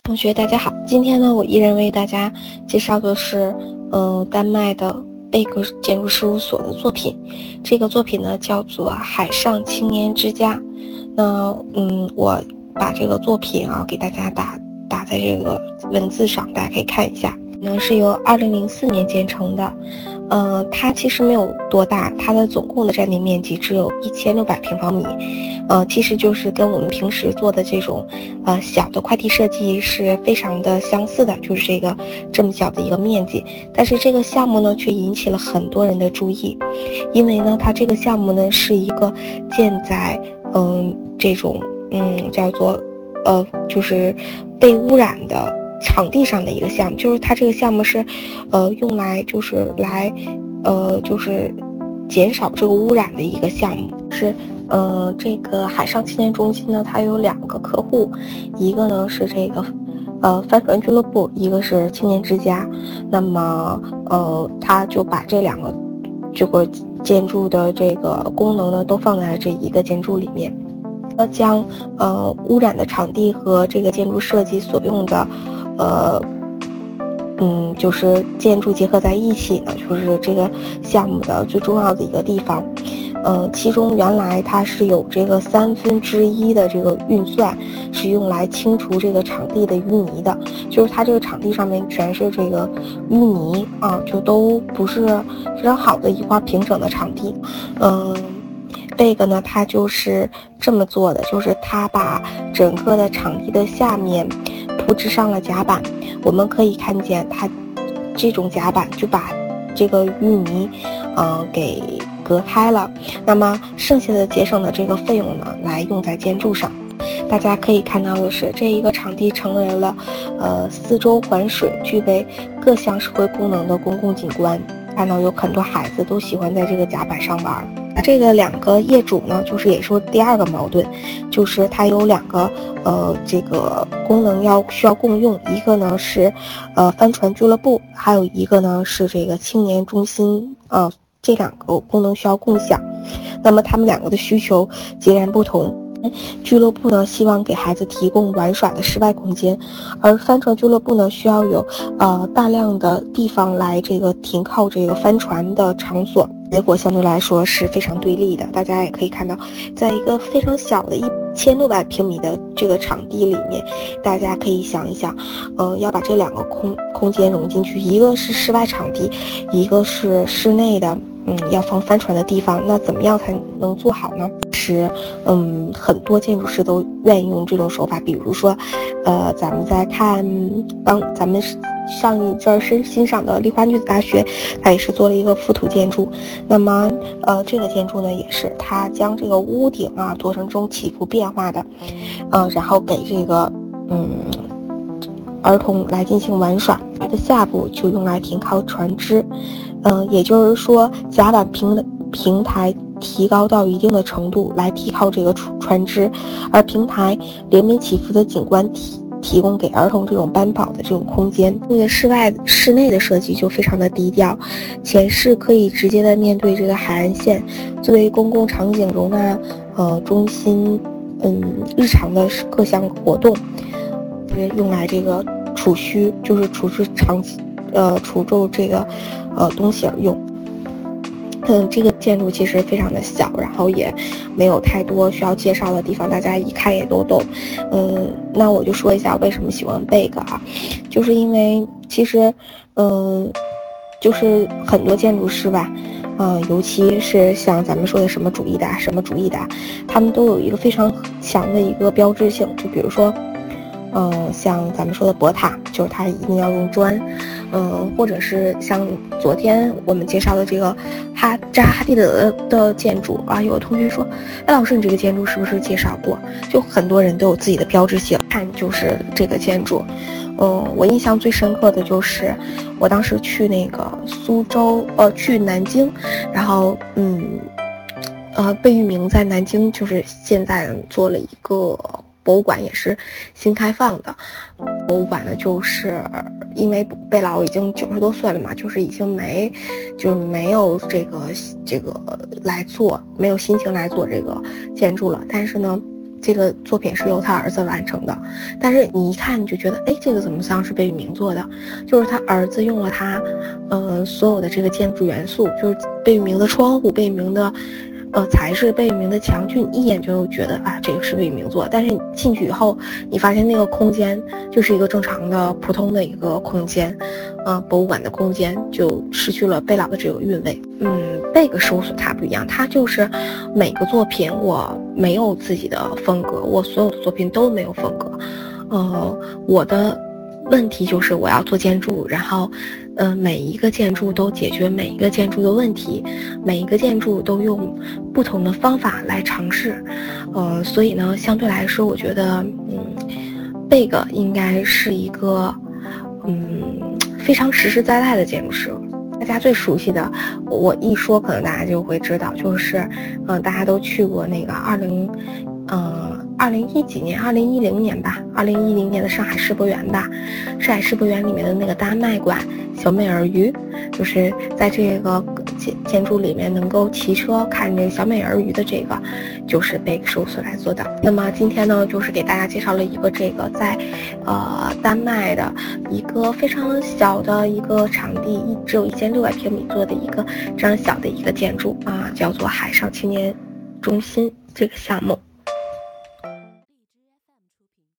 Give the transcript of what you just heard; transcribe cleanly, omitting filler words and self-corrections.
同学大家好，今天呢，我依然为大家介绍的是，丹麦的贝格建筑事务所的作品。这个作品呢叫做海上青年之家。那我把这个作品给大家打在这个文字上，大家可以看一下。是由2004年建成的。它其实没有多大，它的总共的占地面积只有1600平方米，其实就是跟我们平时做的这种小的快递设计是非常的相似的，就是这么小的一个面积。但是这个项目呢却引起了很多人的注意，因为呢它这个项目呢是一个建在这种叫做就是被污染的场地上的一个项目，就是它这个项目是用来就是减少这个污染的一个项目。是这个海上青年中心呢，它有2个客户，一个呢是这个帆船俱乐部，一个是青年之家。那么他就把这2个这个建筑的这个功能呢都放在这一个建筑里面，将污染的场地和这个建筑设计所用的就是建筑结合在一起呢，就是这个项目的最重要的一个地方。其中原来它是有这个1/3的这个运算是用来清除这个场地的淤泥的，就是它这个场地上面全是这个淤泥就都不是非常好的一块平整的场地。这个呢它就是这么做的，就是它把整个的场地的下面铺置上了甲板，我们可以看见它这种甲板就把这个淤泥给隔开了，那么剩下的节省的这个费用呢来用在建筑上。大家可以看到的是，这一个场地成为了四周环水，具备各项社会功能的公共景观。看到有很多孩子都喜欢在这个甲板上玩。这个2个业主呢，就是也说第2个矛盾，就是它有2个这个功能需要共用，一个呢是帆船俱乐部，还有一个呢是这个青年中心这2个功能需要共享。那么他们2个的需求截然不同。俱乐部呢希望给孩子提供玩耍的室外空间，而帆船俱乐部呢需要有大量的地方来这个停靠这个帆船的场所，结果相对来说是非常对立的。大家也可以看到，在一个非常小的1600平米的这个场地里面，大家可以想一想，要把这2个空间融进去，一个是室外场地，一个是室内的要放帆船的地方，那怎么样才能做好呢？是很多建筑师都愿意用这种手法，比如说咱们在看咱们上一阵欣赏的丽华女子大学，它也是做了一个覆土建筑。那么这个建筑呢也是它将这个屋顶做成这种起伏变化的，然后给这个儿童来进行玩耍，它的下部就用来停靠船只。也就是说甲板平台提高到一定的程度来提靠这个船只，而平台连绵起伏的景观提供给儿童这种奔跑的这种空间。这个室内的设计就非常的低调，前室可以直接的面对这个海岸线，作为公共场景容纳中心日常的各项活动，用来这个储蓄，就是储置这个东西而用。这个建筑其实非常的小，然后也没有太多需要介绍的地方，大家一看也都懂。那我就说一下为什么喜欢贝格就是因为其实就是很多建筑师吧，尤其是像咱们说的什么主义的，他们都有一个非常强的一个标志性，就比如说像咱们说的博塔，就是它一定要用砖，或者是像昨天我们介绍的这个哈蒂德的建筑有的同学说，哎，老师你这个建筑是不是介绍过？就很多人都有自己的标志性，看就是这个建筑。我印象最深刻的就是我当时去那个去南京，然后贝聿铭在南京就是现在做了一个博物馆，也是新开放的博物馆呢，就是因为贝老已经90多岁了嘛，就是已经没有这个来做，没有心情来做这个建筑了。但是呢， 这个作品是由他儿子完成的，但是你一看你就觉得，哎，这个怎么像是贝聿铭做的？就是他儿子用了他，所有的这个建筑元素，就是贝聿铭的窗户、贝聿铭的，材质、贝聿铭的墙，就你一眼就觉得啊，这个是贝聿铭做的。但是你进去以后，你发现那个空间就是一个正常的、普通的一个空间，博物馆的空间，就失去了贝老的这个韵味。贝格事务所它不一样，它就是每个作品我没有自己的风格，我所有的作品都没有风格。我的问题就是我要做建筑，然后每一个建筑都解决每一个建筑的问题，每一个建筑都用不同的方法来尝试。所以呢，相对来说，我觉得贝格应该是一个非常实实在在的建筑师。大家最熟悉的，我一说可能大家就会知道，就是大家都去过那个2010年吧，2010年的上海世博园吧，上海世博园里面的那个丹麦馆小美人鱼，就是在这个建筑里面能够骑车看这个小美人鱼的这个，就是贝格事务所来做的。那么今天呢，就是给大家介绍了一个这个在丹麦的一个非常小的一个场地，只有1600平米做的一个这样小的一个建筑啊，叫做海上青年中心这个项目。